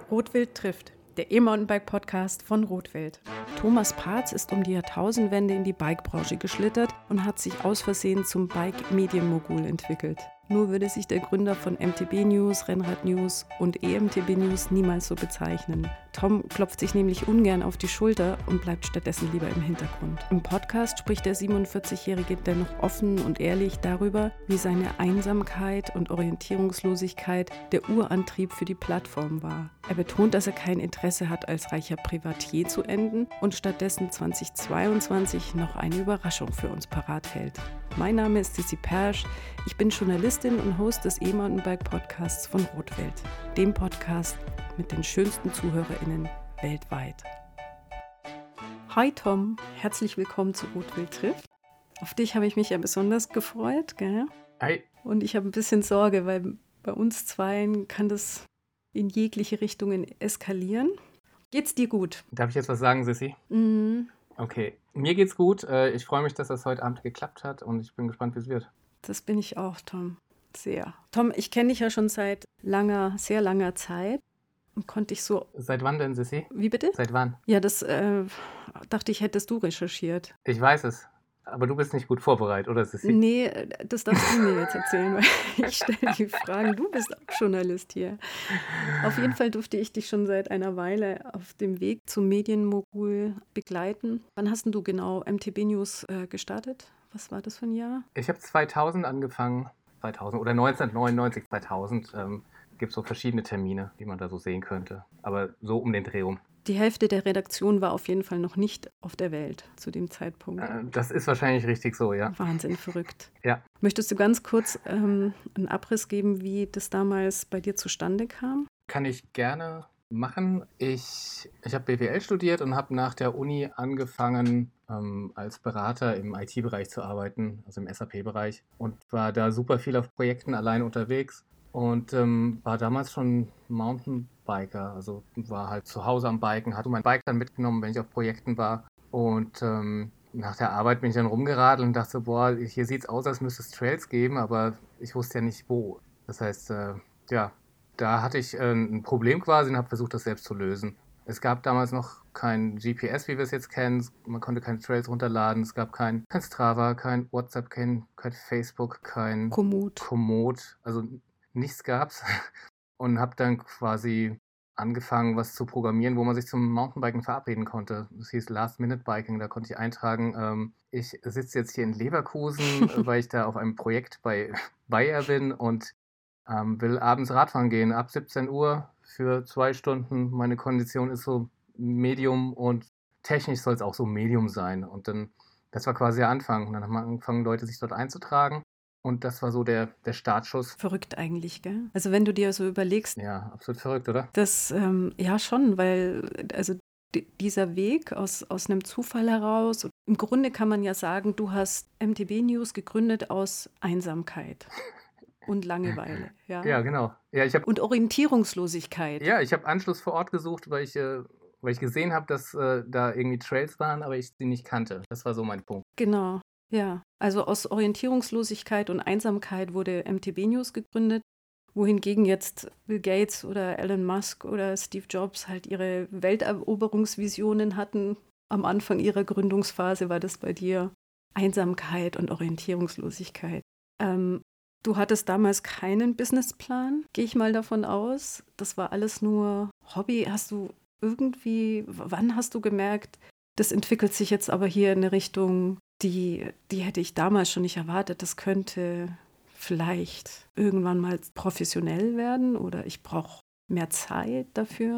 Rotwild trifft, der E-Mountainbike-Podcast von Rotwild. Thomas Parz ist um die Jahrtausendwende in die Bikebranche geschlittert und hat sich aus Versehen zum Bike-Medienmogul entwickelt. Nur würde sich der Gründer von MTB News, Rennrad News und EMTB News niemals so bezeichnen. Tom klopft sich nämlich ungern auf die Schulter und bleibt stattdessen lieber im Hintergrund. Im Podcast spricht der 47-Jährige dennoch offen und ehrlich darüber, wie seine Einsamkeit und Orientierungslosigkeit der Urantrieb für die Plattform war. Er betont, dass er kein Interesse hat, als reicher Privatier zu enden und stattdessen 2022 noch eine Überraschung für uns parat hält. Mein Name ist Sissi Persch, ich bin Journalistin und Host des E-Mountainbike-Podcasts von Rotwild, dem Podcast mit den schönsten ZuhörerInnen weltweit. Hi Tom, herzlich willkommen zu Rotwild trifft. Auf dich habe ich mich ja besonders gefreut, gell? Hi. Und ich habe ein bisschen Sorge, weil bei uns zweien kann das in jegliche Richtungen eskalieren. Geht's dir gut? Darf ich jetzt was sagen, Sissi? Mhm. Okay, mir geht's gut. Ich freue mich, dass das heute Abend geklappt hat und ich bin gespannt, wie es wird. Das bin ich auch, Tom. Sehr. Tom, ich kenne dich ja schon seit sehr langer Zeit und konnte dich so... Seit wann denn, Sissi? Wie bitte? Seit wann? Ja, das dachte ich, hättest du recherchiert. Ich weiß es, aber du bist nicht gut vorbereitet, oder, Sissi? Nee, das darfst du mir jetzt erzählen, weil ich stelle die Fragen. Du bist auch Journalist hier. Auf jeden Fall durfte ich dich schon seit einer Weile auf dem Weg zum Medienmogul begleiten. Wann hast denn du genau MTB News gestartet? Was war das für ein Jahr? Ich habe 2000 angefangen, 2000 oder 1999, 2000. Gibt es so verschiedene Termine, die man da so sehen könnte, aber so um den Dreh rum. Die Hälfte der Redaktion war auf jeden Fall noch nicht auf der Welt zu dem Zeitpunkt. Das ist wahrscheinlich richtig so, ja. Wahnsinn, verrückt. Ja. Möchtest du ganz kurz einen Abriss geben, wie das damals bei dir zustande kam? Kann ich gerne machen. Ich habe BWL studiert und habe nach der Uni angefangen, als Berater im IT-Bereich zu arbeiten, also im SAP-Bereich, und war da super viel auf Projekten allein unterwegs und war damals schon Mountainbiker, also war halt zu Hause am Biken, hatte mein Bike dann mitgenommen, wenn ich auf Projekten war, und nach der Arbeit bin ich dann rumgeradelt und dachte, boah, hier sieht es aus, als müsste es Trails geben, aber ich wusste ja nicht wo. Das heißt, ja, da hatte ich ein Problem quasi und habe versucht, das selbst zu lösen. Es gab damals noch kein GPS, wie wir es jetzt kennen. Man konnte keine Trails runterladen. Es gab kein Strava, kein WhatsApp, kein Facebook, kein Komoot. Also nichts gab's. Und habe dann quasi angefangen, was zu programmieren, wo man sich zum Mountainbiken verabreden konnte. Das hieß Last-Minute-Biking. Da konnte ich eintragen, ich sitze jetzt hier in Leverkusen, weil ich da auf einem Projekt bei Bayer bin und will abends Radfahren gehen, ab 17 Uhr für 2 Stunden. Meine Kondition ist so Medium und technisch soll es auch so Medium sein. Und dann, das war quasi der Anfang. Und dann haben angefangen, Leute sich dort einzutragen. Und das war so der Startschuss. Verrückt eigentlich, gell? Also wenn du dir so überlegst... Ja, absolut verrückt, oder? Das, ja schon, weil also dieser Weg aus einem Zufall heraus, im Grunde kann man ja sagen, du hast MTB News gegründet aus Einsamkeit. Und Langeweile, ja. Ja, genau. Ja, und Orientierungslosigkeit. Ja, ich habe Anschluss vor Ort gesucht, weil ich gesehen habe, dass da irgendwie Trails waren, aber ich sie nicht kannte. Das war so mein Punkt. Genau, ja. Also aus Orientierungslosigkeit und Einsamkeit wurde MTB News gegründet, wohingegen jetzt Bill Gates oder Elon Musk oder Steve Jobs halt ihre Welteroberungsvisionen hatten. Am Anfang ihrer Gründungsphase war das bei dir Einsamkeit und Orientierungslosigkeit. Du hattest damals keinen Businessplan, gehe ich mal davon aus. Das war alles nur Hobby. Wann hast du gemerkt, das entwickelt sich jetzt aber hier in eine Richtung, die hätte ich damals schon nicht erwartet. Das könnte vielleicht irgendwann mal professionell werden oder ich brauche mehr Zeit dafür.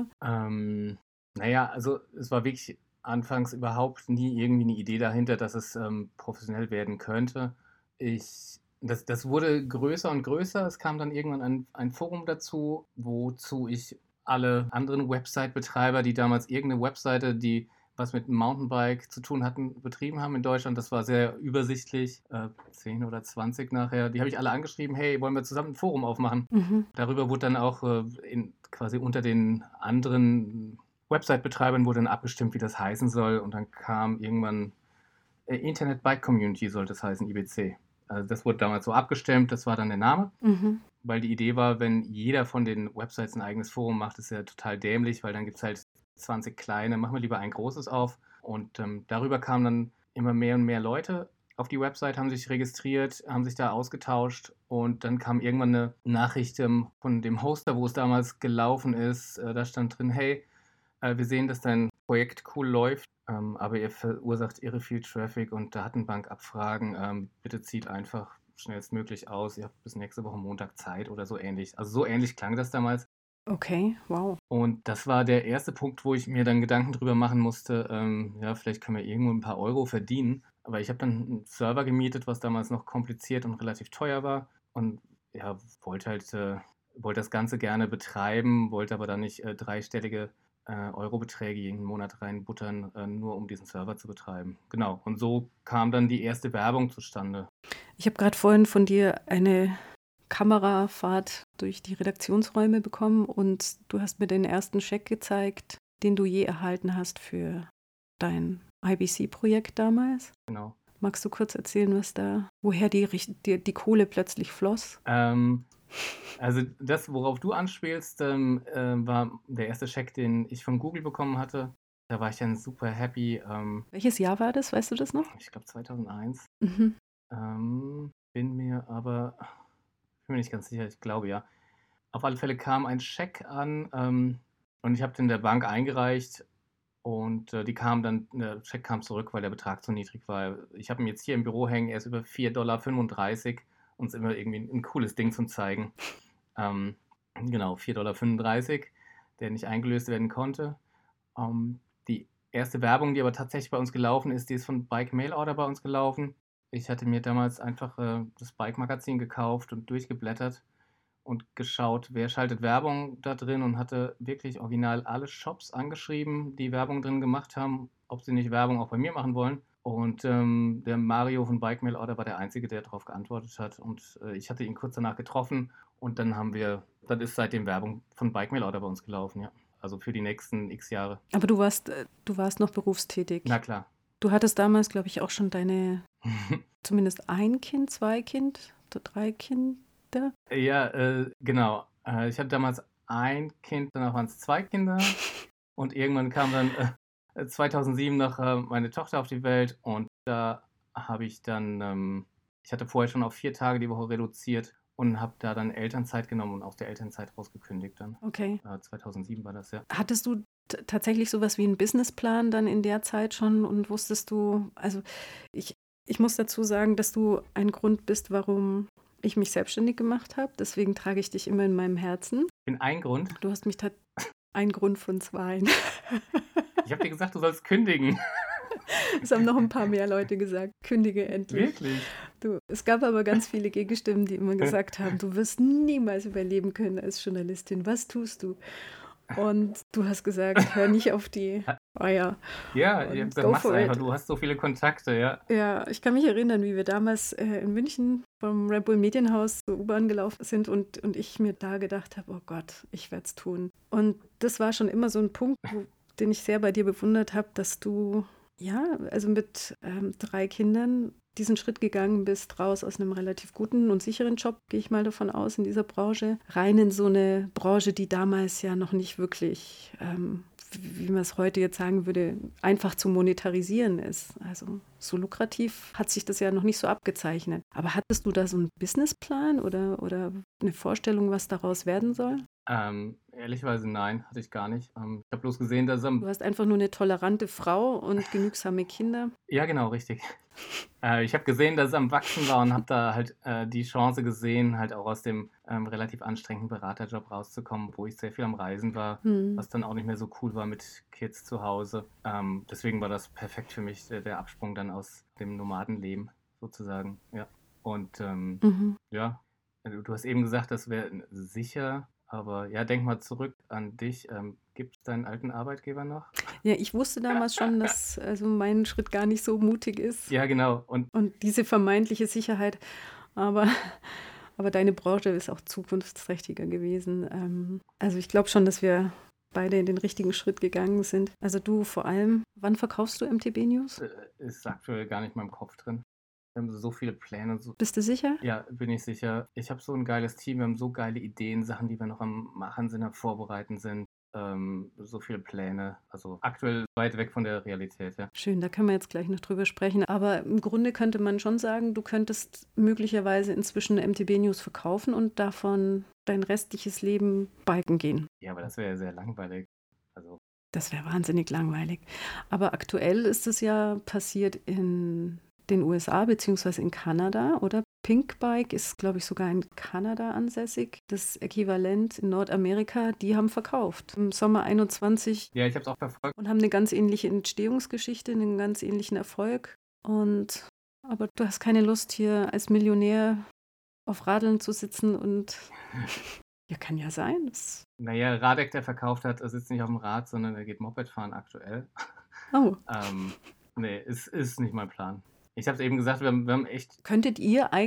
Naja, also es war wirklich anfangs überhaupt nie irgendwie eine Idee dahinter, dass es professionell werden könnte. Das wurde größer und größer. Es kam dann irgendwann ein Forum dazu, wozu ich alle anderen Website-Betreiber, die damals irgendeine Webseite, die was mit Mountainbike zu tun hatten, betrieben haben in Deutschland. Das war sehr übersichtlich, 10 oder 20 nachher. Die habe ich alle angeschrieben, hey, wollen wir zusammen ein Forum aufmachen? Mhm. Darüber wurde dann auch quasi unter den anderen Website-Betreibern wurde dann abgestimmt, wie das heißen soll. Und dann kam irgendwann Internet Bike Community, sollte es heißen, IBC. Also das wurde damals so abgestimmt, das war dann der Name. Mhm. Weil die Idee war, wenn jeder von den Websites ein eigenes Forum macht, ist ja total dämlich, weil dann gibt es halt 20 kleine, machen wir lieber ein großes auf. Und darüber kamen dann immer mehr und mehr Leute auf die Website, haben sich registriert, haben sich da ausgetauscht und dann kam irgendwann eine Nachricht von dem Hoster, wo es damals gelaufen ist. Da stand drin, hey, wir sehen, dass dein Projekt cool läuft, aber ihr verursacht irre viel Traffic und Datenbankabfragen. Bitte zieht einfach schnellstmöglich aus. Ihr habt bis nächste Woche Montag Zeit oder so ähnlich. Also so ähnlich klang das damals. Okay, wow. Und das war der erste Punkt, wo ich mir dann Gedanken drüber machen musste, ja, vielleicht können wir irgendwo ein paar Euro verdienen. Aber ich habe dann einen Server gemietet, was damals noch kompliziert und relativ teuer war. Und ja, wollte das Ganze gerne betreiben, wollte aber dann nicht dreistellige Eurobeträge jeden Monat reinbuttern, nur um diesen Server zu betreiben. Genau. Und so kam dann die erste Werbung zustande. Ich habe gerade vorhin von dir eine Kamerafahrt durch die Redaktionsräume bekommen und du hast mir den ersten Scheck gezeigt, den du je erhalten hast für dein IBC-Projekt damals. Genau. Magst du kurz erzählen, woher die Kohle plötzlich floss? Also das, worauf du anspielst, war der erste Scheck, den ich von Google bekommen hatte. Da war ich dann super happy. Welches Jahr war das? Weißt du das noch? Ich glaube 2001. Mhm. Bin mir nicht ganz sicher, ich glaube ja. Auf alle Fälle kam ein Scheck an und ich habe den der Bank eingereicht und der Scheck kam zurück, weil der Betrag zu niedrig war. Ich habe ihn jetzt hier im Büro hängen, er ist über 4,35 $, uns immer irgendwie ein cooles Ding zum Zeigen. Genau, 4,35 $, der nicht eingelöst werden konnte. Die erste Werbung, die aber tatsächlich bei uns gelaufen ist, die ist von Bike Mail Order bei uns gelaufen. Ich hatte mir damals einfach das Bike-Magazin gekauft und durchgeblättert und geschaut, wer schaltet Werbung da drin und hatte wirklich original alle Shops angeschrieben, die Werbung drin gemacht haben, ob sie nicht Werbung auch bei mir machen wollen. Und der Mario von Bike Mail Order war der Einzige, der darauf geantwortet hat. Und ich hatte ihn kurz danach getroffen und dann ist seitdem Werbung von Bike Mail Order bei uns gelaufen, ja. Also für die nächsten x Jahre. Aber du warst noch berufstätig. Na klar. Du hattest damals, glaube ich, auch schon zumindest ein Kind, 2 Kinder, 3 Kinder. Ja, genau. Ich hatte damals ein Kind, danach waren es 2 Kinder und irgendwann kam dann 2007 noch meine Tochter auf die Welt und da habe ich dann, ich hatte vorher schon auf 4 Tage die Woche reduziert und habe da dann Elternzeit genommen und aus der Elternzeit rausgekündigt dann. Okay. 2007 war das, ja. Hattest du tatsächlich sowas wie einen Businessplan dann in der Zeit schon und wusstest du, also ich muss dazu sagen, dass du ein Grund bist, warum ich mich selbstständig gemacht habe. Deswegen trage ich dich immer in meinem Herzen. Bin ein Grund? Du hast mich ein Grund von 2. Ich habe dir gesagt, du sollst kündigen. Es haben noch ein paar mehr Leute gesagt, kündige endlich. Wirklich? Es gab aber ganz viele Gegenstimmen, die immer gesagt haben, du wirst niemals überleben können als Journalistin. Was tust du? Und du hast gesagt, hör nicht auf die Eier. Ja, ich habe gesagt, mach's einfach, du hast so viele Kontakte, ja. Ja, ich kann mich erinnern, wie wir damals in München vom Red Bull Medienhaus zur U-Bahn gelaufen sind und ich mir da gedacht habe, oh Gott, ich werde es tun. Und das war schon immer so ein Punkt, den ich sehr bei dir bewundert habe, dass du, ja, also mit 3 Kindern diesen Schritt gegangen bist, raus aus einem relativ guten und sicheren Job, gehe ich mal davon aus, in dieser Branche, rein in so eine Branche, die damals ja noch nicht wirklich, wie man es heute jetzt sagen würde, einfach zu monetarisieren ist. Also so lukrativ hat sich das ja noch nicht so abgezeichnet. Aber hattest du da so einen Businessplan oder eine Vorstellung, was daraus werden soll? Ehrlicherweise nein, hatte ich gar nicht. Ich habe bloß gesehen, dass Du warst einfach nur eine tolerante Frau und genügsame Kinder. Ja, genau, richtig. Ich habe gesehen, dass es am Wachsen war und habe da halt die Chance gesehen, halt auch aus dem relativ anstrengenden Beraterjob rauszukommen, wo ich sehr viel am Reisen war, was dann auch nicht mehr so cool war mit Kids zu Hause. Deswegen war das perfekt für mich, der Absprung dann aus dem Nomadenleben sozusagen. Ja. Und ja, du hast eben gesagt, das wäre sicher. Aber ja, denk mal zurück an dich. Gibt es deinen alten Arbeitgeber noch? Ja, ich wusste damals schon, dass also mein Schritt gar nicht so mutig ist. Ja, genau. Und diese vermeintliche Sicherheit. Aber deine Branche ist auch zukunftsträchtiger gewesen. Also ich glaube schon, dass wir beide in den richtigen Schritt gegangen sind. Also du vor allem. Wann verkaufst du MTB News? Ist aktuell gar nicht in meinem Kopf drin. Wir haben so viele Pläne. Bist du sicher? Ja, bin ich sicher. Ich habe so ein geiles Team, wir haben so geile Ideen, Sachen, die wir noch am Machen sind, am Vorbereiten sind. So viele Pläne. Also aktuell weit weg von der Realität, ja. Schön, da können wir jetzt gleich noch drüber sprechen. Aber im Grunde könnte man schon sagen, du könntest möglicherweise inzwischen MTB News verkaufen und davon dein restliches Leben biken gehen. Ja, aber das wäre ja sehr langweilig. Also das wäre wahnsinnig langweilig. Aber aktuell ist es ja passiert in den USA bzw. in Kanada, oder? Pinkbike ist, glaube ich, sogar in Kanada ansässig. Das Äquivalent in Nordamerika, die haben verkauft. Im Sommer 21. Ja, ich habe es auch verfolgt. Und haben eine ganz ähnliche Entstehungsgeschichte, einen ganz ähnlichen Erfolg. Aber du hast keine Lust, hier als Millionär auf Radeln zu sitzen und ja, kann ja sein. Naja, Radek, der verkauft hat, sitzt nicht auf dem Rad, sondern er geht Moped fahren aktuell. Oh. Nee, ist nicht mein Plan. Ich habe es eben gesagt, wir haben echt... Könntest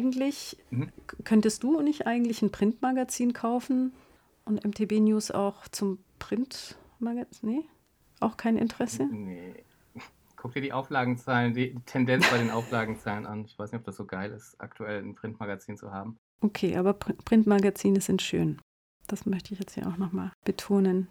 du und ich eigentlich ein Printmagazin kaufen und MTB News auch zum Printmagazin? Nee? Auch kein Interesse? Nee. Guck dir die Auflagenzahlen, die Tendenz bei den Auflagenzahlen an. Ich weiß nicht, ob das so geil ist, aktuell ein Printmagazin zu haben. Okay, aber Printmagazine sind schön. Das möchte ich jetzt hier auch nochmal betonen.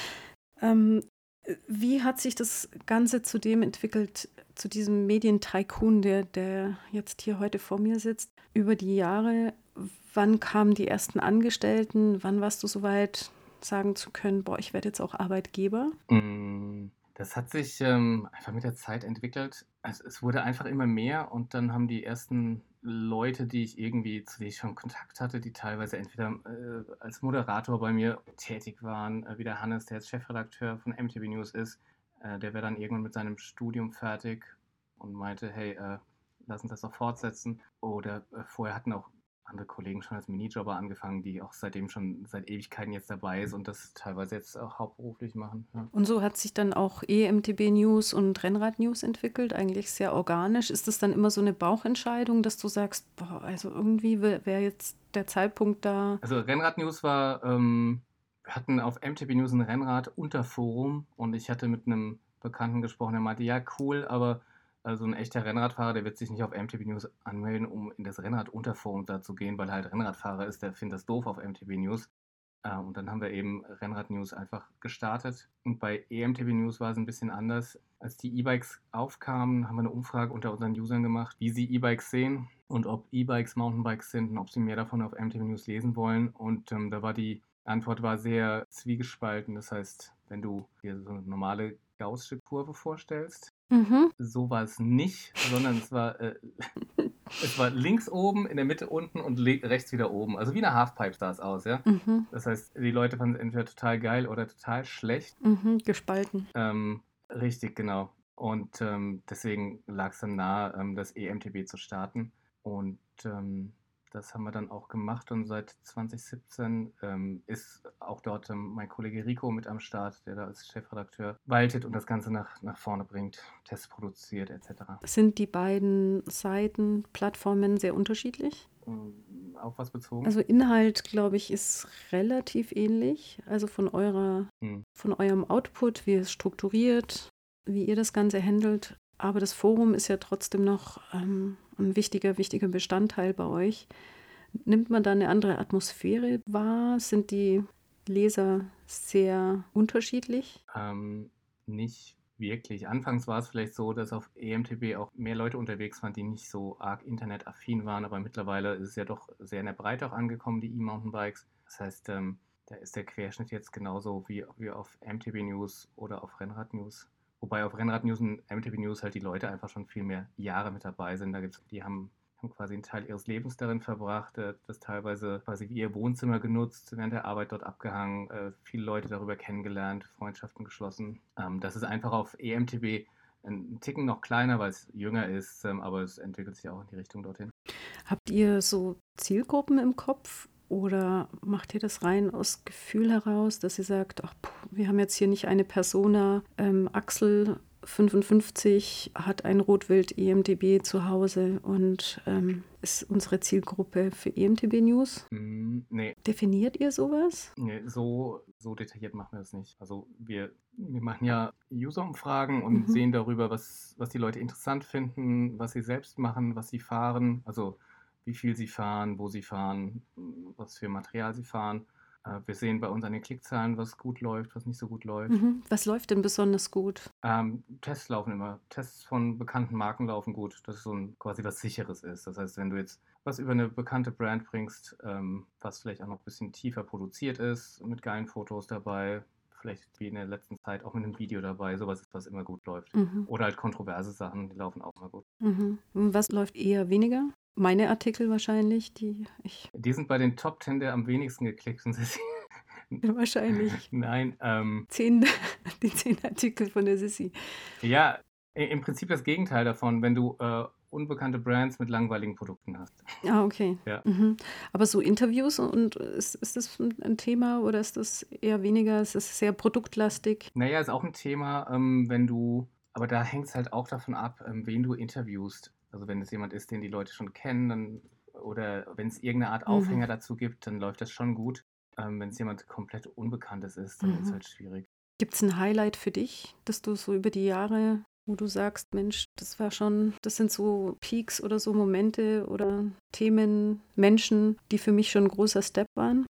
Wie hat sich das Ganze zu dem entwickelt, zu diesem Medientycoon, der jetzt hier heute vor mir sitzt, über die Jahre? Wann kamen die ersten Angestellten? Wann warst du soweit, sagen zu können, boah, ich werde jetzt auch Arbeitgeber? Das hat sich einfach mit der Zeit entwickelt. Also es wurde einfach immer mehr und dann haben die ersten Leute, zu denen ich schon Kontakt hatte, die teilweise entweder als Moderator bei mir tätig waren, wie der Hannes, der jetzt Chefredakteur von MTB News ist, der wäre dann irgendwann mit seinem Studium fertig und meinte, hey, lass uns das doch fortsetzen. Oder vorher hatten auch andere Kollegen schon als Minijobber angefangen, die auch seitdem schon seit Ewigkeiten jetzt dabei ist und das teilweise jetzt auch hauptberuflich machen. Ja. Und so hat sich dann auch MTB News und Rennrad News entwickelt, eigentlich sehr organisch. Ist das dann immer so eine Bauchentscheidung, dass du sagst, boah, also irgendwie wäre jetzt der Zeitpunkt da? Also Rennrad News war, wir hatten auf MTB News ein Rennrad-Unterforum und ich hatte mit einem Bekannten gesprochen, der meinte, ja cool, aber so ein echter Rennradfahrer, der wird sich nicht auf MTB News anmelden, um in das Rennrad-Unterforum da zu gehen, weil er halt Rennradfahrer ist, der findet das doof auf MTB News. Und dann haben wir eben Rennrad News einfach gestartet. Und bei EMTB News war es ein bisschen anders. Als die E-Bikes aufkamen, haben wir eine Umfrage unter unseren Usern gemacht, wie sie E-Bikes sehen und ob E-Bikes Mountainbikes sind und ob sie mehr davon auf MTB News lesen wollen. Und da war die Antwort sehr zwiegespalten. Das heißt, wenn du dir so eine normale gaußsche Kurve vorstellst, so war es nicht, sondern es war links oben, in der Mitte unten und rechts wieder oben. Also wie eine Halfpipe sah es aus, ja. Das heißt, die Leute fanden es entweder total geil oder total schlecht. Gespalten. Richtig, genau. Und deswegen lag es dann nahe, das EMTB zu starten. Und das haben wir dann auch gemacht und seit 2017 ist auch dort mein Kollege Rico mit am Start, der da als Chefredakteur waltet und das Ganze nach vorne bringt, Tests produziert etc. Sind die beiden Seiten, Plattformen sehr unterschiedlich? Auf was bezogen? Also Inhalt, glaube ich, ist relativ ähnlich. Also von eurem Output, wie es strukturiert, wie ihr das Ganze handelt. Aber das Forum ist ja trotzdem noch ein wichtiger Bestandteil bei euch. Nimmt man da eine andere Atmosphäre wahr? Sind die Leser sehr unterschiedlich? Nicht wirklich. Anfangs war es vielleicht so, dass auf EMTB auch mehr Leute unterwegs waren, die nicht so arg internetaffin waren, aber mittlerweile ist es ja doch sehr in der Breite auch angekommen, die E-Mountainbikes. Das heißt, da ist der Querschnitt jetzt genauso wie auf MTB News oder auf Rennrad News. Wobei auf Rennrad News und MTB News halt die Leute einfach schon viel mehr Jahre mit dabei sind. Die haben quasi einen Teil ihres Lebens darin verbracht, das teilweise quasi wie ihr Wohnzimmer genutzt, während der Arbeit dort abgehangen, viele Leute darüber kennengelernt, Freundschaften geschlossen. Das ist einfach auf EMTB ein Ticken noch kleiner, weil es jünger ist, aber es entwickelt sich auch in die Richtung dorthin. Habt ihr so Zielgruppen im Kopf? Oder macht ihr das rein aus Gefühl heraus, dass ihr sagt, ach, wir haben jetzt hier nicht eine Persona, Axel, 55 hat ein Rotwild EMTB zu Hause und ist unsere Zielgruppe für EMTB News. Nee. Definiert ihr sowas? Nee, so detailliert machen wir das nicht. Also wir machen ja User-Umfragen und sehen darüber, was die Leute interessant finden, was sie selbst machen, was sie fahren, also wie viel sie fahren, wo sie fahren, was für Material sie fahren. Wir sehen bei uns an den Klickzahlen, was gut läuft, was nicht so gut läuft. Was läuft denn besonders gut? Tests laufen immer. Tests von bekannten Marken laufen gut. Das ist quasi was Sicheres ist. Das heißt, wenn du jetzt was über eine bekannte Brand bringst, was vielleicht auch noch ein bisschen tiefer produziert ist, mit geilen Fotos dabei, vielleicht wie in der letzten Zeit auch mit einem Video dabei, sowas ist, was immer gut läuft. Oder halt kontroverse Sachen, die laufen auch immer gut. Was läuft eher weniger? Meine Artikel wahrscheinlich, die sind bei den Top 10 der am wenigsten geklickten. Wahrscheinlich. Nein. Die 10 Artikel von der Sissi. Ja, im Prinzip das Gegenteil davon, wenn du unbekannte Brands mit langweiligen Produkten hast. Okay. Ja. Aber so Interviews, und ist das ein Thema oder ist das eher weniger? Ist das sehr produktlastig? Naja, ist auch ein Thema, aber da hängt es halt auch davon ab, wen du interviewst. Also wenn es jemand ist, den die Leute schon kennen, oder wenn es irgendeine Art Aufhänger dazu gibt, dann läuft das schon gut. Wenn es jemand komplett Unbekanntes ist, dann ist es halt schwierig. Gibt es ein Highlight für dich, dass du so über die Jahre, wo du sagst, Mensch, das sind so Peaks oder so Momente oder Themen, Menschen, die für mich schon ein großer Step waren?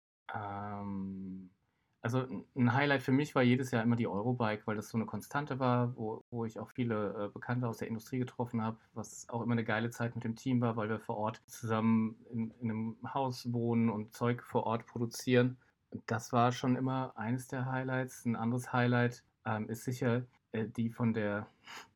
Also ein Highlight für mich war jedes Jahr immer die Eurobike, weil das so eine Konstante war, wo ich auch viele Bekannte aus der Industrie getroffen habe, was auch immer eine geile Zeit mit dem Team war, weil wir vor Ort zusammen in einem Haus wohnen und Zeug vor Ort produzieren. Das war schon immer eines der Highlights. Ein anderes Highlight ist sicher die von der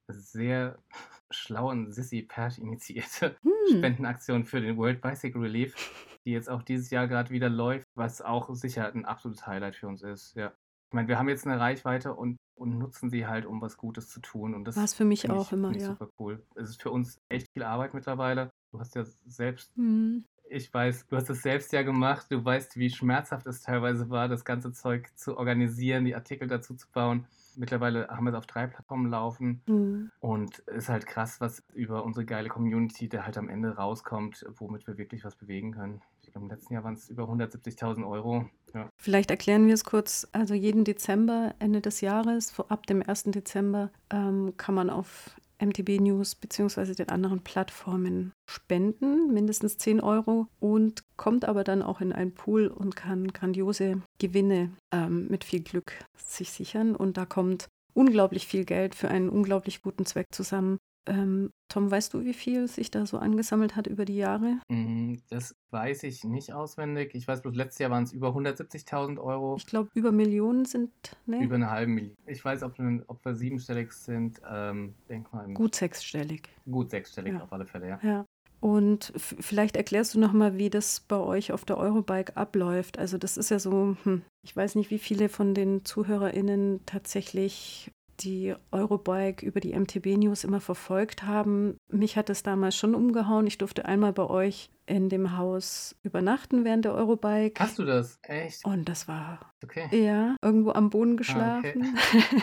sehr schlauen Sissi Persch initiierte Spendenaktion für den World Bicycle Relief, die jetzt auch dieses Jahr gerade wieder läuft, was auch sicher ein absolutes Highlight für uns ist. Ja. Ich meine, wir haben jetzt eine Reichweite und nutzen sie halt, um was Gutes zu tun. Und das war es für mich finde auch immer, finde ich ja. super cool. Es ist für uns echt viel Arbeit mittlerweile. Du hast ja selbst, ich weiß, du hast es selbst ja gemacht. Du weißt, wie schmerzhaft es teilweise war, das ganze Zeug zu organisieren, die Artikel dazu zu bauen. Mittlerweile haben wir es auf 3 Plattformen laufen und es ist halt krass, was über unsere geile Community da halt am Ende rauskommt, womit wir wirklich was bewegen können. Ich glaube, im letzten Jahr waren es über 170.000 Euro. Ja. Vielleicht erklären wir es kurz. Also jeden Dezember, Ende des Jahres, ab dem 1. Dezember, kann man auf MTB News bzw. den anderen Plattformen spenden, mindestens 10 Euro, und kommt aber dann auch in einen Pool und kann grandiose Gewinne mit viel Glück sich sichern. Und da kommt unglaublich viel Geld für einen unglaublich guten Zweck zusammen. Tom, weißt du, wie viel sich da so angesammelt hat über die Jahre? Das weiß ich nicht auswendig. Ich weiß bloß, letztes Jahr waren es über 170.000 Euro. Ich glaube, über Millionen sind, ne? Über eine halbe Million. Ich weiß, ob wir siebenstellig sind. Denk mal gut sechsstellig. Gut sechsstellig, ja. Auf alle Fälle, ja. Und vielleicht erklärst du nochmal, wie das bei euch auf der Eurobike abläuft. Also das ist ja so, ich weiß nicht, wie viele von den ZuhörerInnen tatsächlich die Eurobike über die MTB News immer verfolgt haben. Mich hat das damals schon umgehauen. Ich durfte einmal bei euch in dem Haus übernachten während der Eurobike. Hast du das? Echt? Und das war okay. Ja, irgendwo am Boden geschlafen. Okay.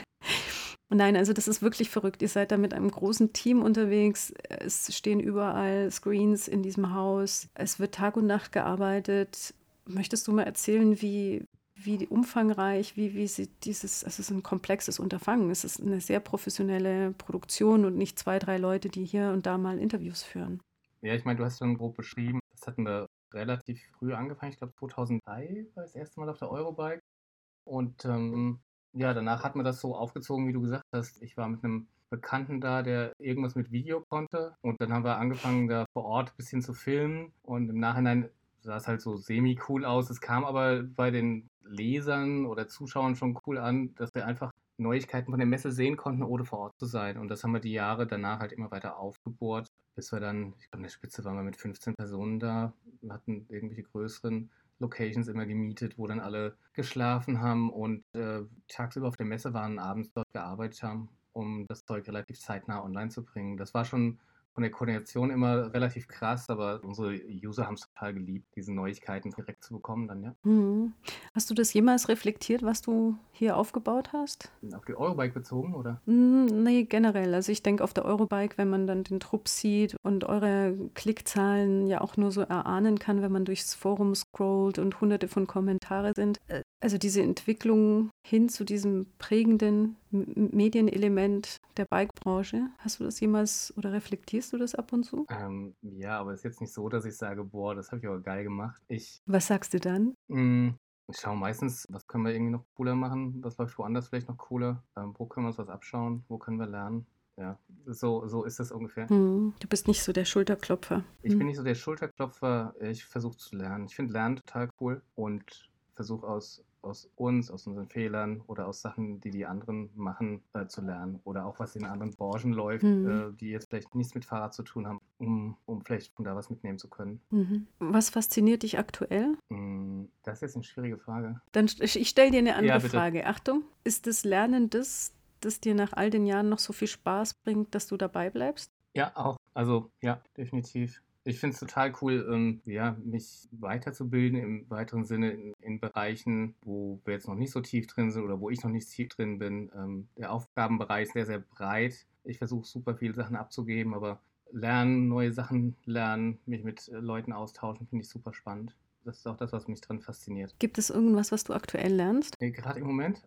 Nein, also das ist wirklich verrückt. Ihr seid da mit einem großen Team unterwegs. Es stehen überall Screens in diesem Haus. Es wird Tag und Nacht gearbeitet. Möchtest du mal erzählen, wie umfangreich, wie sie also es ist ein komplexes Unterfangen. Es ist eine sehr professionelle Produktion und nicht 2, 3 Leute, die hier und da mal Interviews führen. Ja, ich meine, du hast schon grob beschrieben. Das hatten wir relativ früh angefangen. Ich glaube, 2003 war das erste Mal auf der Eurobike. Und ja, danach hat man das so aufgezogen, wie du gesagt hast. Ich war mit einem Bekannten da, der irgendwas mit Video konnte. Und dann haben wir angefangen, da vor Ort ein bisschen zu filmen. Und im Nachhinein sah es halt so semi-cool aus. Es kam aber bei den Lesern oder Zuschauern schon cool an, dass wir einfach Neuigkeiten von der Messe sehen konnten, ohne vor Ort zu sein. Und das haben wir die Jahre danach halt immer weiter aufgebohrt, bis wir dann, ich glaube, in der Spitze waren wir mit 15 Personen da. Wir hatten irgendwelche größeren Locations immer gemietet, wo dann alle geschlafen haben und tagsüber auf der Messe waren, abends dort gearbeitet haben, um das Zeug relativ zeitnah online zu bringen. Das war schon von der Koordination immer relativ krass, aber unsere User haben es total geliebt, diese Neuigkeiten direkt zu bekommen dann, ja. Mhm. Hast du das jemals reflektiert, was du hier aufgebaut hast? Auf die Eurobike bezogen, oder? Nee, generell. Also ich denke auf der Eurobike, wenn man dann den Trupp sieht und eure Klickzahlen ja auch nur so erahnen kann, wenn man durchs Forum scrollt und hunderte von Kommentare sind. Also diese Entwicklung hin zu diesem prägenden Medienelement der Bike-Branche. Hast du das jemals oder reflektierst du das ab und zu? Ja, aber es ist jetzt nicht so, dass ich sage, boah, das habe ich aber geil gemacht. Was sagst du dann? Ich schaue meistens, was können wir irgendwie noch cooler machen, was läuft woanders vielleicht noch cooler, wo können wir uns was abschauen, wo können wir lernen. Ja, so ist das ungefähr. Du bist nicht so der Schulterklopfer. Ich bin nicht so der Schulterklopfer, ich versuche zu lernen. Ich finde Lernen total cool und versuche aus uns, aus unseren Fehlern oder aus Sachen, die die anderen machen, zu lernen. Oder auch was in anderen Branchen läuft, die jetzt vielleicht nichts mit Fahrrad zu tun haben, um vielleicht von da was mitnehmen zu können. Was fasziniert dich aktuell? Das ist jetzt eine schwierige Frage. Dann ich stelle dir eine andere Ja, bitte. Frage. Achtung, ist das Lernen das dir nach all den Jahren noch so viel Spaß bringt, dass du dabei bleibst? Ja, auch. Also, ja, definitiv. Ich finde es total cool, ja, mich weiterzubilden im weiteren Sinne in Bereichen, wo wir jetzt noch nicht so tief drin sind oder wo ich noch nicht tief drin bin. Der Aufgabenbereich ist sehr, sehr breit. Ich versuche super viele Sachen abzugeben, aber lernen, neue Sachen lernen, mich mit Leuten austauschen, finde ich super spannend. Das ist auch das, was mich dran fasziniert. Gibt es irgendwas, was du aktuell lernst? Gerade im Moment.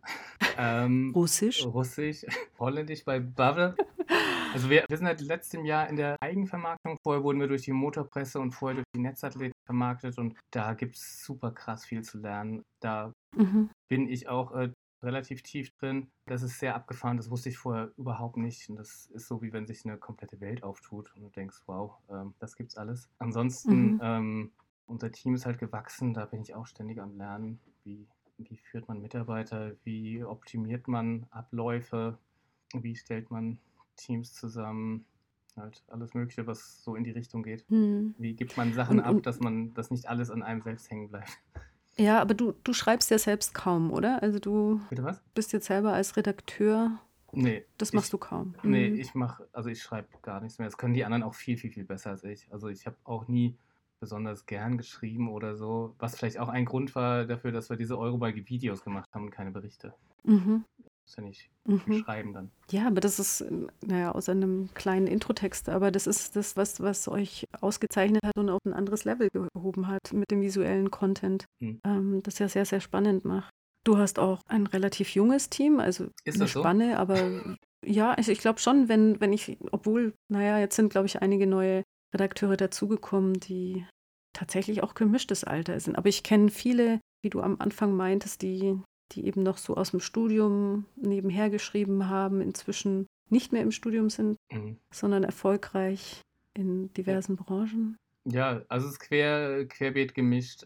Russisch? Russisch, Holländisch bei Bubble. Also wir sind seit letztem Jahr in der Eigenvermarktung. Vorher wurden wir durch die Motorpresse und vorher durch die Netzathletik vermarktet und da gibt es super krass viel zu lernen. Da bin ich auch relativ tief drin. Das ist sehr abgefahren, das wusste ich vorher überhaupt nicht. Und das ist so, wie wenn sich eine komplette Welt auftut und du denkst, wow, das gibt's alles. Ansonsten, unser Team ist halt gewachsen, da bin ich auch ständig am Lernen. Wie führt man Mitarbeiter? Wie optimiert man Abläufe? Wie stellt man Teams zusammen? Halt alles Mögliche, was so in die Richtung geht. Wie gibt man Sachen ab, dass nicht alles an einem selbst hängen bleibt? Ja, aber du schreibst ja selbst kaum, oder? Also du Bitte was? bist jetzt selber als Redakteur. Nee. Das machst du kaum. Nee, ich schreibe gar nichts mehr. Das können die anderen auch viel, viel, viel besser als ich. Also ich habe auch nie besonders gern geschrieben oder so. Was vielleicht auch ein Grund war dafür, dass wir diese Eurobike-Videos gemacht haben und keine Berichte. Das ist ja nicht schreiben dann. Ja, aber das ist, naja, aus einem kleinen Introtext, aber das ist das, was euch ausgezeichnet hat und auf ein anderes Level gehoben hat mit dem visuellen Content, das ja sehr, sehr spannend macht. Du hast auch ein relativ junges Team, also Ist eine das so? Spanne, aber ja, ich glaube schon, wenn ich, obwohl, naja, jetzt sind, glaube ich, einige neue Redakteure dazugekommen, die tatsächlich auch gemischtes Alter sind. Aber ich kenne viele, wie du am Anfang meintest, die eben noch so aus dem Studium nebenher geschrieben haben, inzwischen nicht mehr im Studium sind, sondern erfolgreich in diversen Branchen. Ja, also es ist querbeet gemischt.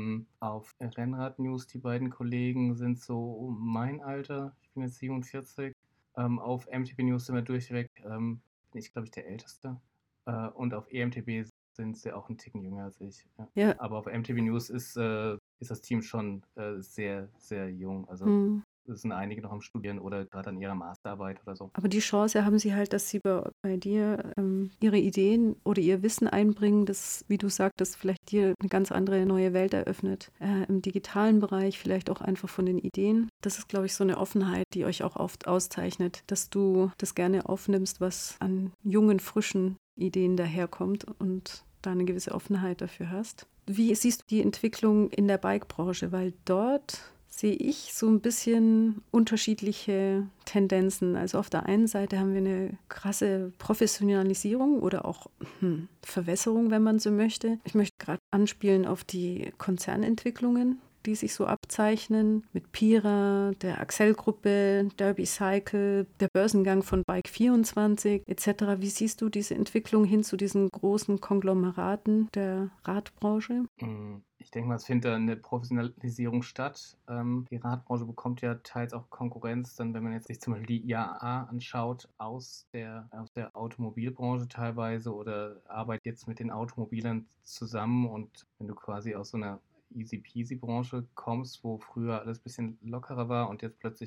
Auf Rennrad-News, die beiden Kollegen sind so mein Alter. Ich bin jetzt 47. Auf MTB News sind wir durchweg, bin ich glaube ich der Älteste. Und auf EMTB sind sie auch einen Ticken jünger als ich. Ja. Ja. Aber auf MTB News ist das Team schon sehr, sehr jung. Also es sind einige noch am Studieren oder gerade an ihrer Masterarbeit oder so. Aber die Chance haben sie halt, dass sie bei dir ihre Ideen oder ihr Wissen einbringen, das, wie du sagtest, vielleicht dir eine ganz andere neue Welt eröffnet. Im digitalen Bereich vielleicht auch einfach von den Ideen. Das ist, glaube ich, so eine Offenheit, die euch auch oft auszeichnet, dass du das gerne aufnimmst, was an jungen, frischen Ideen daherkommt und da eine gewisse Offenheit dafür hast. Wie siehst du die Entwicklung in der Bike-Branche? Weil dort sehe ich so ein bisschen unterschiedliche Tendenzen. Also auf der einen Seite haben wir eine krasse Professionalisierung oder auch Verwässerung, wenn man so möchte. Ich möchte gerade anspielen auf die Konzernentwicklungen, die sich so abzeichnen, mit Pira, der Axel-Gruppe, Derby Cycle, der Börsengang von Bike24 etc. Wie siehst du diese Entwicklung hin zu diesen großen Konglomeraten der Radbranche? Ich denke mal, es findet da eine Professionalisierung statt. Die Radbranche bekommt ja teils auch Konkurrenz, dann wenn man jetzt sich zum Beispiel die IAA anschaut, aus der Automobilbranche teilweise oder arbeitet jetzt mit den Automobilern zusammen und wenn du quasi aus so einer Easy-Peasy-Branche kommst, wo früher alles ein bisschen lockerer war und jetzt plötzlich mit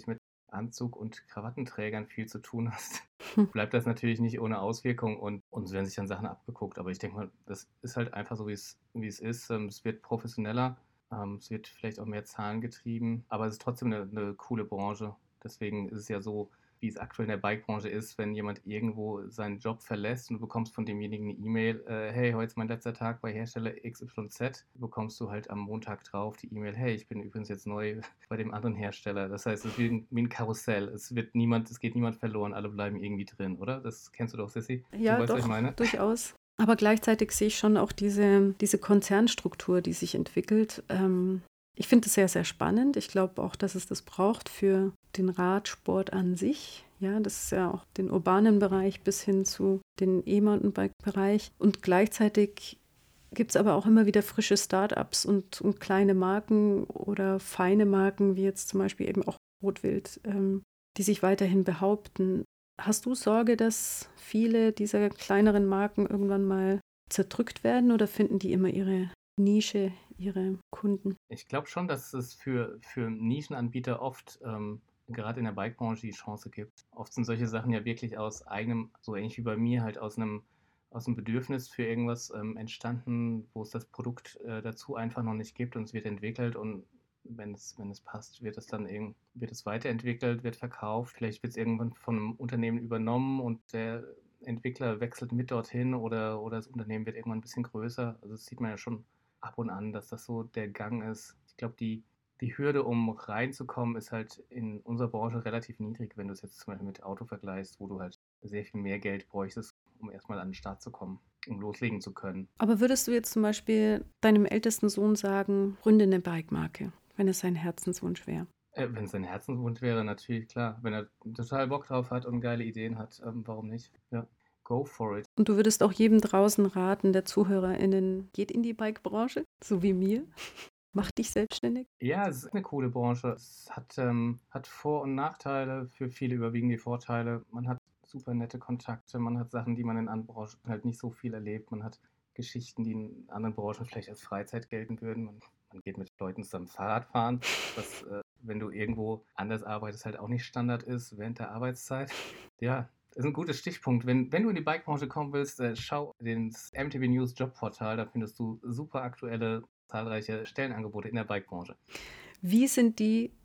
Anzug- und Krawattenträgern viel zu tun hast, Hm. bleibt das natürlich nicht ohne Auswirkung und uns werden sich dann Sachen abgeguckt. Aber ich denke mal, das ist halt einfach so, wie es ist. Es wird professioneller, es wird vielleicht auch mehr Zahlen getrieben, aber es ist trotzdem eine coole Branche. Deswegen ist es ja so, wie es aktuell in der Bike-Branche ist, wenn jemand irgendwo seinen Job verlässt und du bekommst von demjenigen eine E-Mail, hey, heute ist mein letzter Tag bei Hersteller XYZ, bekommst du halt am Montag drauf die E-Mail, hey, ich bin übrigens jetzt neu bei dem anderen Hersteller. Das heißt, es ist wie ein Karussell. Es geht niemand verloren, alle bleiben irgendwie drin, oder? Das kennst du doch, Sissy. Du Ja, weißt, was ich doch, meine? durchaus. Aber gleichzeitig sehe ich schon auch diese Konzernstruktur, die sich entwickelt. Ich finde es sehr, sehr spannend. Ich glaube auch, dass es das braucht für den Radsport an sich. Ja, das ist ja auch den urbanen Bereich bis hin zu den E-Mountainbike-Bereich. Und gleichzeitig gibt es aber auch immer wieder frische Start-ups und kleine Marken oder feine Marken, wie jetzt zum Beispiel eben auch Rotwild, die sich weiterhin behaupten. Hast du Sorge, dass viele dieser kleineren Marken irgendwann mal zerdrückt werden oder finden die immer ihre Nische, ihre Kunden? Ich glaube schon, dass es für Nischenanbieter oft, gerade in der Bike-Branche, die Chance gibt. Oft sind solche Sachen ja wirklich aus eigenem, so ähnlich wie bei mir, halt aus einem Bedürfnis für irgendwas entstanden, wo es das Produkt dazu einfach noch nicht gibt und es wird entwickelt und wenn es passt, wird es weiterentwickelt, wird verkauft. Vielleicht wird es irgendwann von einem Unternehmen übernommen und der Entwickler wechselt mit dorthin oder das Unternehmen wird irgendwann ein bisschen größer. Also das sieht man ja schon ab und an, dass das so der Gang ist. Ich glaube, die Hürde, um reinzukommen, ist halt in unserer Branche relativ niedrig, wenn du es jetzt zum Beispiel mit Auto vergleichst, wo du halt sehr viel mehr Geld bräuchtest, um erstmal an den Start zu kommen, um loslegen zu können. Aber würdest du jetzt zum Beispiel deinem ältesten Sohn sagen, gründe eine Bike-Marke, wenn es sein Herzenswunsch wäre? Wenn es sein Herzenswunsch wäre, natürlich klar. Wenn er total Bock drauf hat und geile Ideen hat, warum nicht? Ja, go for it. Und du würdest auch jedem draußen raten, der ZuhörerInnen, geht in die Bike-Branche, so wie mir. Mach dich selbstständig. Ja, es ist eine coole Branche. Es hat Vor- und Nachteile. Für viele überwiegen die Vorteile. Man hat super nette Kontakte. Man hat Sachen, die man in anderen Branchen halt nicht so viel erlebt. Man hat Geschichten, die in anderen Branchen vielleicht als Freizeit gelten würden. Man geht mit Leuten zusammen Fahrrad fahren, was, wenn du irgendwo anders arbeitest, halt auch nicht Standard ist während der Arbeitszeit. Ja, das ist ein guter Stichpunkt. Wenn du in die Bike-Branche kommen willst, schau ins MTB News Jobportal. Da findest du super aktuelle, zahlreiche Stellenangebote in der Bike-Branche. Wie sind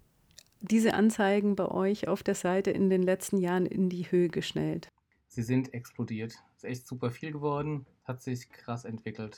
diese Anzeigen bei euch auf der Seite in den letzten Jahren in die Höhe geschnellt? Sie sind explodiert. Ist echt super viel geworden, hat sich krass entwickelt.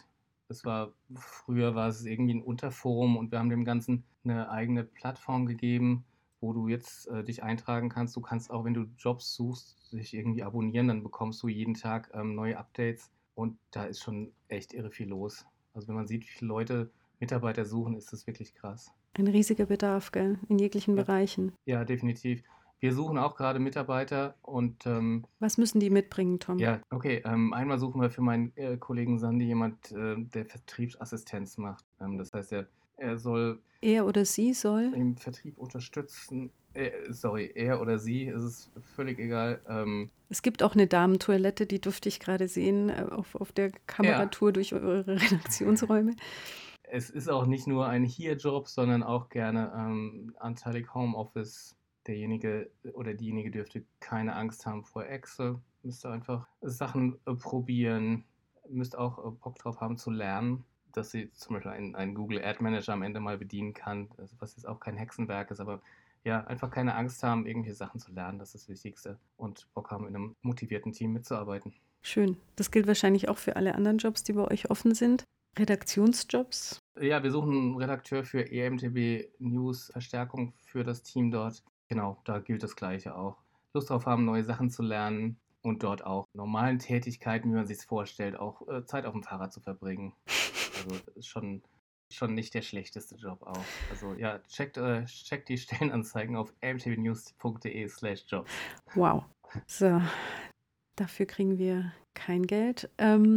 Früher war es irgendwie ein Unterforum und wir haben dem Ganzen eine eigene Plattform gegeben, wo du jetzt dich eintragen kannst. Du kannst auch, wenn du Jobs suchst, dich irgendwie abonnieren, dann bekommst du jeden Tag neue Updates und da ist schon echt irre viel los. Also wenn man sieht, wie viele Leute Mitarbeiter suchen, ist das wirklich krass. Ein riesiger Bedarf, gell, in jeglichen Ja, Bereichen. ja, definitiv. Wir suchen auch gerade Mitarbeiter und Was müssen die mitbringen, Tom? ja, okay. Einmal suchen wir für meinen Kollegen Sandy jemand, der Vertriebsassistenz macht. Das heißt, er soll Er oder sie soll? im Vertrieb unterstützen. Sorry, er oder sie, es ist völlig egal. Es gibt auch eine Damentoilette, die durfte ich gerade sehen, auf der Ja, Kameratour durch eure Redaktionsräume. es ist auch nicht nur ein Hier-Job, sondern auch gerne anteilig Homeoffice. Derjenige oder diejenige dürfte keine Angst haben vor Excel, müsste einfach Sachen probieren, müsste auch Bock drauf haben zu lernen, dass sie zum Beispiel einen Google Ad Manager am Ende mal bedienen kann, also was jetzt auch kein Hexenwerk ist, aber ja, einfach keine Angst haben, irgendwelche Sachen zu lernen, das ist das Wichtigste und Bock haben, in einem motivierten Team mitzuarbeiten. Schön. Das gilt wahrscheinlich auch für alle anderen Jobs, die bei euch offen sind. Redaktionsjobs. Ja, wir suchen einen Redakteur für EMTB News, Verstärkung für das Team dort. Genau, da gilt das Gleiche auch. Lust drauf haben, neue Sachen zu lernen und dort auch normalen Tätigkeiten, wie man sich es vorstellt, auch Zeit auf dem Fahrrad zu verbringen. Also ist schon nicht der schlechteste Job auch. Also ja, checkt die Stellenanzeigen auf emtbnews.de/jobs. Wow. So, dafür kriegen wir kein Geld.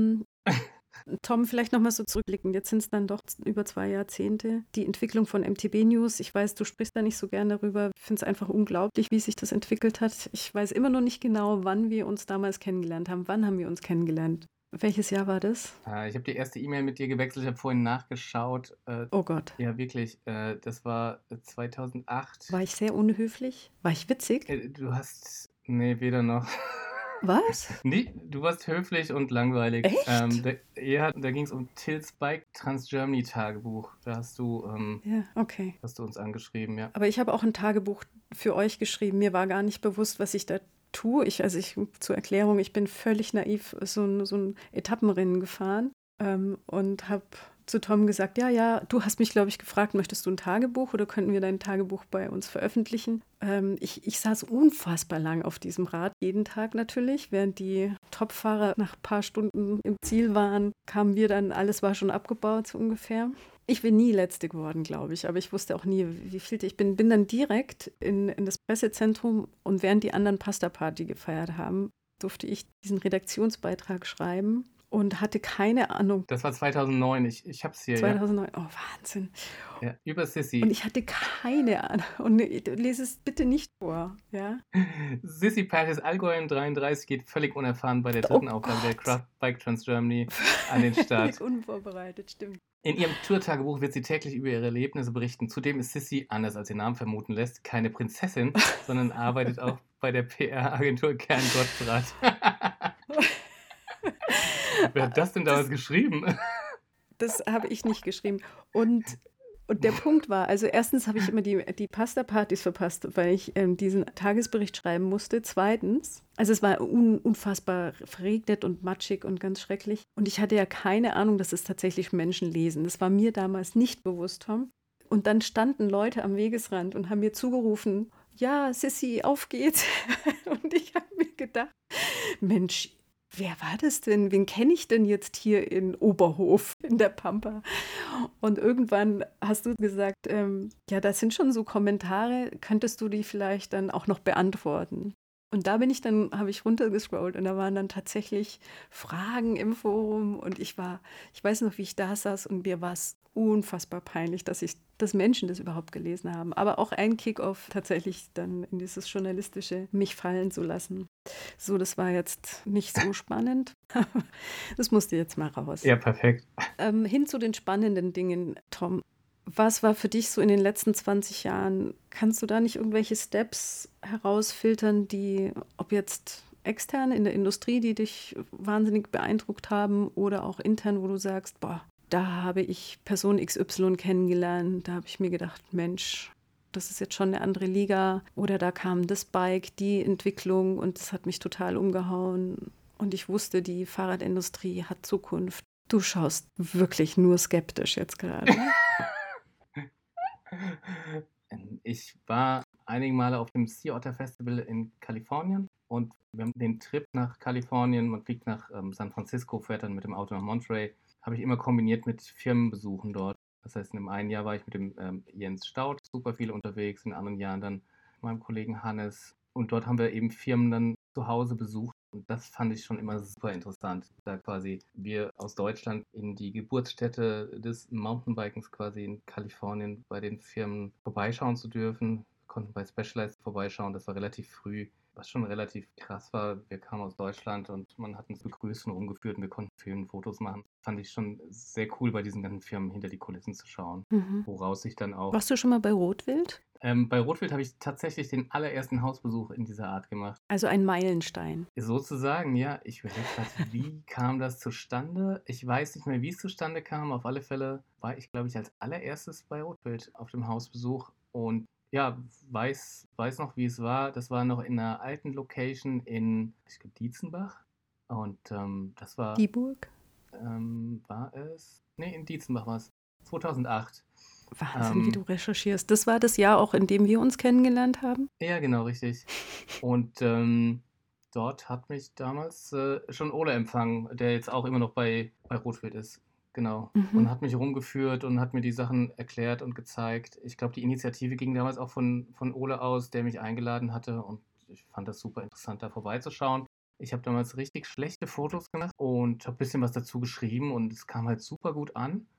Tom, vielleicht nochmal so zurückblickend. Jetzt sind es dann doch über 2 Jahrzehnte. Die Entwicklung von MTB News, ich weiß, du sprichst da nicht so gern darüber. Ich finde es einfach unglaublich, wie sich das entwickelt hat. Ich weiß immer noch nicht genau, wann wir uns damals kennengelernt haben. Wann haben wir uns kennengelernt? Welches Jahr war das? Ich habe die erste E-Mail mit dir gewechselt, ich habe vorhin nachgeschaut. Oh Gott. Ja, wirklich, das war 2008. War ich sehr unhöflich? War ich witzig? Du hast, nee, weder noch. Was? Nee, du warst höflich und langweilig. Echt? Da ging es um Tils Bike Trans Germany Tagebuch. Da Ja, okay. hast du uns angeschrieben, ja. Aber ich habe auch ein Tagebuch für euch geschrieben. Mir war gar nicht bewusst, was ich da tue. Zur Erklärung, ich bin völlig naiv so ein Etappenrennen gefahren und habe zu Tom gesagt, ja, du hast mich, glaube ich, gefragt, möchtest du ein Tagebuch oder könnten wir dein Tagebuch bei uns veröffentlichen? Ich saß unfassbar lang auf diesem Rad, jeden Tag natürlich. Während die Topfahrer nach ein paar Stunden im Ziel waren, kamen wir dann, alles war schon abgebaut so ungefähr. Ich bin nie Letzte geworden, glaube ich, aber ich wusste auch nie, wie viel. Ich bin dann direkt in das Pressezentrum und während die anderen Pasta-Party gefeiert haben, durfte ich diesen Redaktionsbeitrag schreiben und hatte keine Ahnung. Das war 2009, ich hab's hier, 2009, oh Wahnsinn. ja. Über Sissy. Und ich hatte keine Ahnung. Und lese es bitte nicht vor, ja? Sissy Patches Allgäu 33 geht völlig unerfahren bei der dritten Auflage der Craft Bike Trans Germany an den Start. Völlig unvorbereitet, stimmt. In ihrem Tourtagebuch wird sie täglich über ihre Erlebnisse berichten. Zudem ist Sissy, anders als ihr Name vermuten lässt, keine Prinzessin, sondern arbeitet auch bei der PR-Agentur Kern Gottbrat. Wer hat das denn damals geschrieben? Das habe ich nicht geschrieben. Und der Punkt war, also erstens habe ich immer die Pasta-Partys verpasst, weil ich diesen Tagesbericht schreiben musste. Zweitens, also es war unfassbar verregnet und matschig und ganz schrecklich. Und ich hatte ja keine Ahnung, dass es tatsächlich Menschen lesen. Das war mir damals nicht bewusst, Tom. Und dann standen Leute am Wegesrand und haben mir zugerufen, ja, Sissy, auf geht's. Und ich habe mir gedacht, Mensch, wer war das denn? Wen kenne ich denn jetzt hier in Oberhof, in der Pampa? Und irgendwann hast du gesagt, ja, das sind schon so Kommentare, könntest du die vielleicht dann auch noch beantworten? Und da habe ich runtergescrollt und da waren dann tatsächlich Fragen im Forum und ich weiß noch, wie ich da saß und mir war es unfassbar peinlich, dass Menschen das überhaupt gelesen haben. Aber auch ein Kick-off tatsächlich dann in dieses Journalistische mich fallen zu lassen. So, das war jetzt nicht so spannend. Das musste jetzt mal raus. Ja, perfekt. Hin zu den spannenden Dingen, Tom. Was war für dich so in den letzten 20 Jahren? Kannst du da nicht irgendwelche Steps herausfiltern, die, ob jetzt extern in der Industrie, die dich wahnsinnig beeindruckt haben oder auch intern, wo du sagst, boah, da habe ich Person XY kennengelernt, da habe ich mir gedacht, Mensch, das ist jetzt schon eine andere Liga. Oder da kam das Bike, die Entwicklung und das hat mich total umgehauen. Und ich wusste, die Fahrradindustrie hat Zukunft. Du schaust wirklich nur skeptisch jetzt gerade. Ich war einige Male auf dem Sea Otter Festival in Kalifornien und wir haben den Trip nach Kalifornien, man fliegt nach San Francisco, fährt dann mit dem Auto nach Monterey, habe ich immer kombiniert mit Firmenbesuchen dort. Das heißt, in dem einen Jahr war ich mit dem Jens Staudt super viel unterwegs, in anderen Jahren dann mit meinem Kollegen Hannes und dort haben wir eben Firmen dann zu Hause besucht. Und das fand ich schon immer super interessant, da quasi wir aus Deutschland in die Geburtsstätte des Mountainbikens quasi in Kalifornien bei den Firmen vorbeischauen zu dürfen. Wir konnten bei Specialized vorbeischauen, das war relativ früh, was schon relativ krass war. Wir kamen aus Deutschland und man hat uns begrüßt und rumgeführt und wir konnten Filme, Fotos machen. Fand ich schon sehr cool, bei diesen ganzen Firmen hinter die Kulissen zu schauen, woraus sich dann auch... Warst du schon mal bei Rotwild? Bei Rotwild habe ich tatsächlich den allerersten Hausbesuch in dieser Art gemacht. Also ein Meilenstein. Sozusagen, ja. Ich überlege gerade, wie kam das zustande? Ich weiß nicht mehr, wie es zustande kam. Auf alle Fälle war ich, glaube ich, als allererstes bei Rotwild auf dem Hausbesuch und ja, weiß noch, wie es war. Das war noch in einer alten Location in, ich glaube, Dietzenbach. Und das war... Dieburg? War es? Nee, in Dietzenbach war es. 2008. Wahnsinn, wie du recherchierst. Das war das Jahr auch, in dem wir uns kennengelernt haben? Ja, genau, richtig. Und dort hat mich damals schon Ole empfangen, der jetzt auch immer noch bei Rotwild ist. Genau. Und hat mich rumgeführt und hat mir die Sachen erklärt und gezeigt. Ich glaube, die Initiative ging damals auch von Ole aus, der mich eingeladen hatte. Und ich fand das super interessant, da vorbeizuschauen. Ich habe damals richtig schlechte Fotos gemacht und habe ein bisschen was dazu geschrieben und es kam halt super gut an.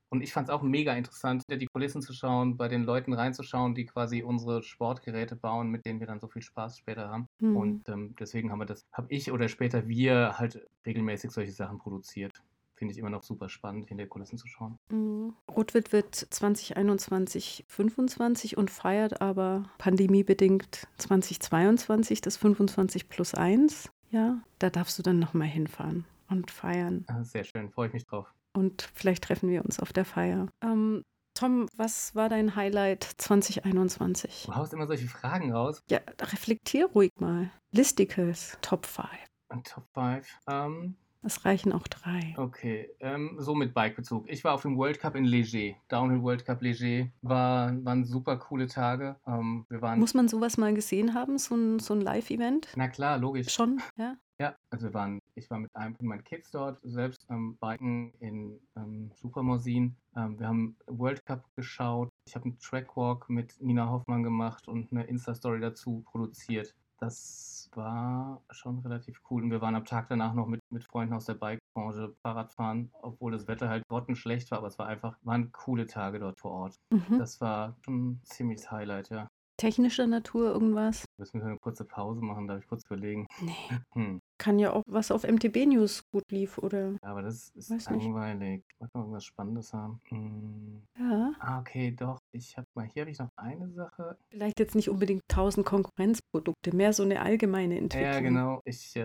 Und ich fand es auch mega interessant, die Kulissen zu schauen, bei den Leuten reinzuschauen, die quasi unsere Sportgeräte bauen, mit denen wir dann so viel Spaß später haben. Und deswegen habe ich oder später wir halt regelmäßig solche Sachen produziert. Finde ich immer noch super spannend, hinter die Kulissen zu schauen. Rotwild wird 2021 25 und feiert aber pandemiebedingt 2022 das 25+1. Ja, da darfst du dann nochmal hinfahren und feiern. Sehr schön, freue ich mich drauf. Und vielleicht treffen wir uns auf der Feier. Tom, was war dein Highlight 2021? Du haust immer solche Fragen raus. Ja, reflektier ruhig mal. Listicles, Top 5. Top 5. Es reichen auch 3. Okay, so mit Bikebezug. Ich war auf dem World Cup in Leger. Downhill World Cup Leger. Waren super coole Tage. Muss man sowas mal gesehen haben, so ein Live-Event? Na klar, logisch. Schon, ja? Ja, also ich war mit einem von meinen Kids dort, selbst Biken in Supermosin. Wir haben World Cup geschaut. Ich habe einen Trackwalk mit Nina Hoffmann gemacht und eine Insta-Story dazu produziert. Das war schon relativ cool. Und wir waren am Tag danach noch mit Freunden aus der Bike-Branche Fahrradfahren, obwohl das Wetter halt grottenschlecht war, aber es waren coole Tage dort vor Ort. Das war schon ein ziemliches Highlight, ja. Technischer Natur irgendwas? Müssen wir eine kurze Pause machen, darf ich kurz überlegen? Nee. Kann ja auch was auf MTB News gut lief, oder? Ja, aber das ist langweilig. Ich wollte noch irgendwas Spannendes haben. Ja. Okay, doch. Hier habe ich noch eine Sache. Vielleicht jetzt nicht unbedingt 1000 Konkurrenzprodukte, mehr so eine allgemeine Entwicklung. Ja, genau.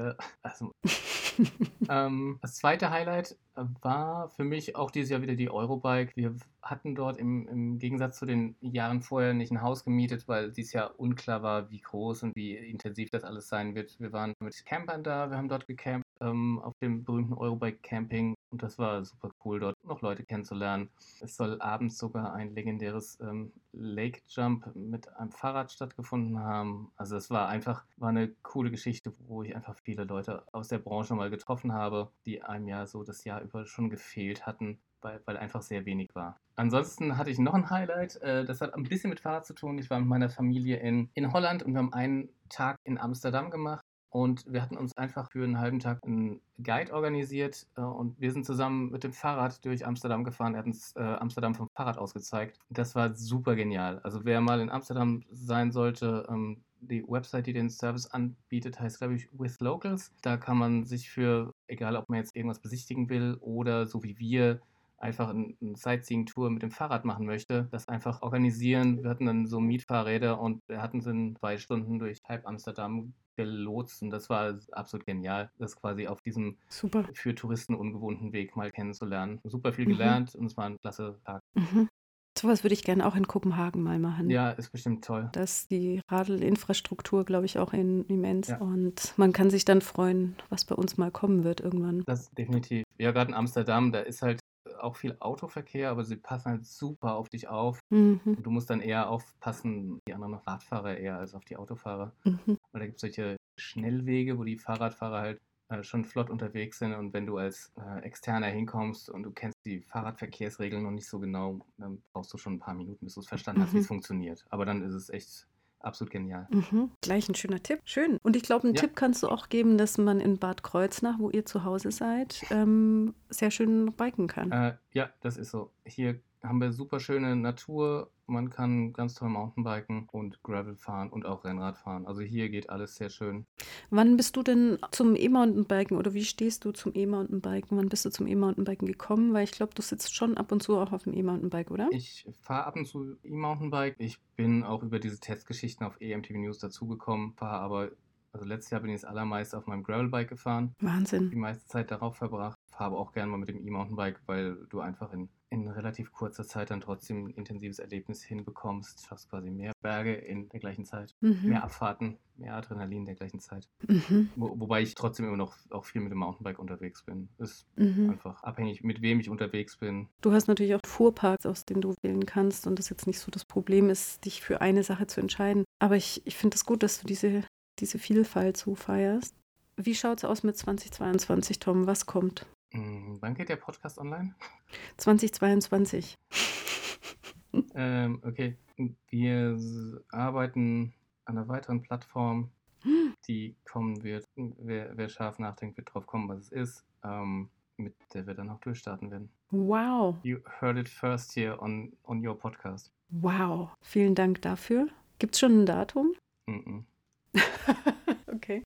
Das zweite Highlight war für mich auch dieses Jahr wieder die Eurobike. Wir hatten dort im Gegensatz zu den Jahren vorher nicht ein Haus gemietet, weil dieses Jahr unklar war, wie groß und wie intensiv das alles sein wird. Wir waren mit Campern da, wir haben dort gecampt auf dem berühmten Eurobike Camping und das war super cool, dort noch Leute kennenzulernen. Es soll abends sogar ein legendäres Lake Jump mit einem Fahrrad stattgefunden haben. Also es war eine coole Geschichte, wo ich einfach viele Leute aus der Branche mal getroffen habe, die einem ja so das Jahr über schon gefehlt hatten, weil einfach sehr wenig war. Ansonsten hatte ich noch ein Highlight, das hat ein bisschen mit Fahrrad zu tun. Ich war mit meiner Familie in Holland und wir haben einen Tag in Amsterdam gemacht. Und wir hatten uns einfach für einen halben Tag einen Guide organisiert und wir sind zusammen mit dem Fahrrad durch Amsterdam gefahren. Er hat uns Amsterdam vom Fahrrad aus gezeigt. Das war super genial. Also wer mal in Amsterdam sein sollte, die Website, die den Service anbietet, heißt, glaube ich, With Locals. Da kann man sich egal ob man jetzt irgendwas besichtigen will oder so wie wir, einfach eine Sightseeing-Tour mit dem Fahrrad machen möchte, das einfach organisieren. Wir hatten dann so Mietfahrräder und wir hatten es in 2 Stunden durch halb Amsterdam gelotst und das war absolut genial, das quasi auf diesem für Touristen ungewohnten Weg mal kennenzulernen. Super viel gelernt und es war ein klasse Tag. Sowas würde ich gerne auch in Kopenhagen mal machen. Ja, ist bestimmt toll. Da ist die Radelinfrastruktur, glaube ich, auch immens. Ja. Und man kann sich dann freuen, was bei uns mal kommen wird irgendwann. Das definitiv. Ja, gerade in Amsterdam, da ist halt auch viel Autoverkehr, aber sie passen halt super auf dich auf. Und du musst dann eher aufpassen, die anderen Radfahrer eher als auf die Autofahrer. Weil da gibt es solche Schnellwege, wo die Fahrradfahrer halt schon flott unterwegs sind und wenn du als Externer hinkommst und du kennst die Fahrradverkehrsregeln noch nicht so genau, dann brauchst du schon ein paar Minuten, bis du es verstanden hast, wie es funktioniert. Aber dann ist es echt absolut genial. Gleich ein schöner Tipp. Schön. Und ich glaube, einen Tipp kannst du auch geben, dass man in Bad Kreuznach, wo ihr zu Hause seid, sehr schön biken kann. Ja, das ist so. Hier haben wir super schöne Natur. Man kann ganz toll Mountainbiken und Gravel fahren und auch Rennrad fahren. Also hier geht alles sehr schön. Wann bist du denn zum E-Mountainbiken oder wie stehst du zum E-Mountainbiken? Wann bist du zum E-Mountainbiken gekommen? Weil ich glaube, du sitzt schon ab und zu auch auf dem E-Mountainbike, oder? Ich fahre ab und zu E-Mountainbike. Ich bin auch über diese Testgeschichten auf EMTV News dazugekommen, fahre aber, also letztes Jahr bin ich das allermeiste auf meinem Gravelbike gefahren. Wahnsinn. Die meiste Zeit darauf verbracht. Fahre aber auch gerne mal mit dem E-Mountainbike, weil du einfach in relativ kurzer Zeit dann trotzdem ein intensives Erlebnis hinbekommst. Schaffst quasi mehr Berge in der gleichen Zeit, mehr Abfahrten, mehr Adrenalin in der gleichen Zeit. Wobei ich trotzdem immer noch auch viel mit dem Mountainbike unterwegs bin. Ist einfach abhängig, mit wem ich unterwegs bin. Du hast natürlich auch Fuhrparks, aus denen du wählen kannst und das jetzt nicht so das Problem ist, dich für eine Sache zu entscheiden. Aber ich finde es gut, dass du diese Vielfalt so feierst. Wie schaut es aus mit 2022, Tom? Was kommt? Wann geht der Podcast online? 2022. Okay. Wir arbeiten an einer weiteren Plattform, die kommen wird. Wer scharf nachdenkt, wird drauf kommen, was es ist. mit der wir dann auch durchstarten werden. Wow. You heard it first here on your podcast. Wow. Vielen Dank dafür. Gibt es schon ein Datum? Okay.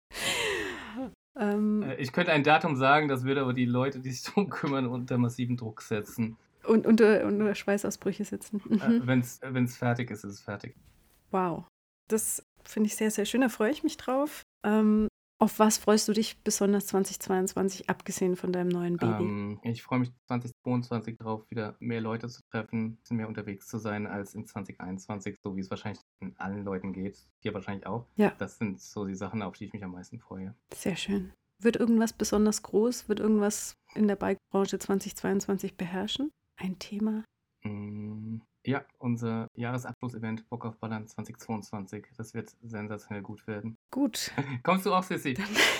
Ich könnte ein Datum sagen, das würde aber die Leute, die sich darum kümmern, unter massiven Druck setzen. Und unter Schweißausbrüche setzen. Wenn es fertig ist, ist es fertig. Wow. Das finde ich sehr, sehr schön. Da freue ich mich drauf. Auf was freust du dich besonders 2022, abgesehen von deinem neuen Baby? Ich freue mich 2022 darauf, wieder mehr Leute zu treffen, ein bisschen mehr unterwegs zu sein als in 2021, so wie es wahrscheinlich in allen Leuten geht. Hier wahrscheinlich auch. Ja. Das sind so die Sachen, auf die ich mich am meisten freue. Sehr schön. Wird irgendwas besonders groß? Wird irgendwas in der Bike-Branche 2022 beherrschen? Ein Thema? Ja, unser Jahresabschluss-Event Bock auf Ballern 2022. Das wird sensationell gut werden. Gut. Kommst du auch, Sissi?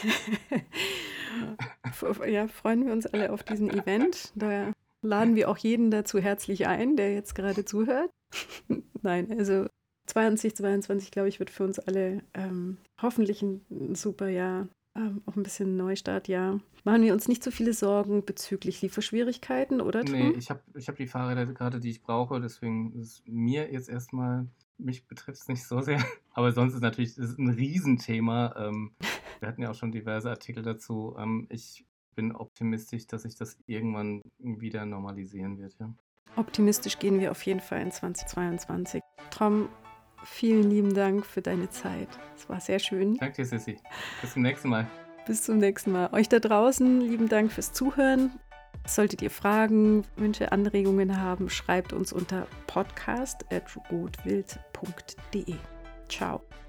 Ja, freuen wir uns alle auf diesen Event. Da laden wir auch jeden dazu herzlich ein, der jetzt gerade zuhört. Nein, also 2022, glaube ich, wird für uns alle hoffentlich ein super Jahr. Auch ein bisschen Neustartjahr. Machen wir uns nicht so viele Sorgen bezüglich Lieferschwierigkeiten, oder Tom? Nee, ich hab die Fahrräder gerade, die ich brauche, deswegen ist mir jetzt erstmal, mich betrifft es nicht so sehr. Aber sonst ist natürlich ein Riesenthema. Wir hatten ja auch schon diverse Artikel dazu. Ich bin optimistisch, dass sich das irgendwann wieder normalisieren wird. Ja. Optimistisch gehen wir auf jeden Fall in 2022. Tom, vielen lieben Dank für deine Zeit. Es war sehr schön. Danke dir, Sissi. Bis zum nächsten Mal. Bis zum nächsten Mal. Euch da draußen, lieben Dank fürs Zuhören. Solltet ihr Fragen, Wünsche, Anregungen haben, schreibt uns unter podcast@rotwild.de. Ciao.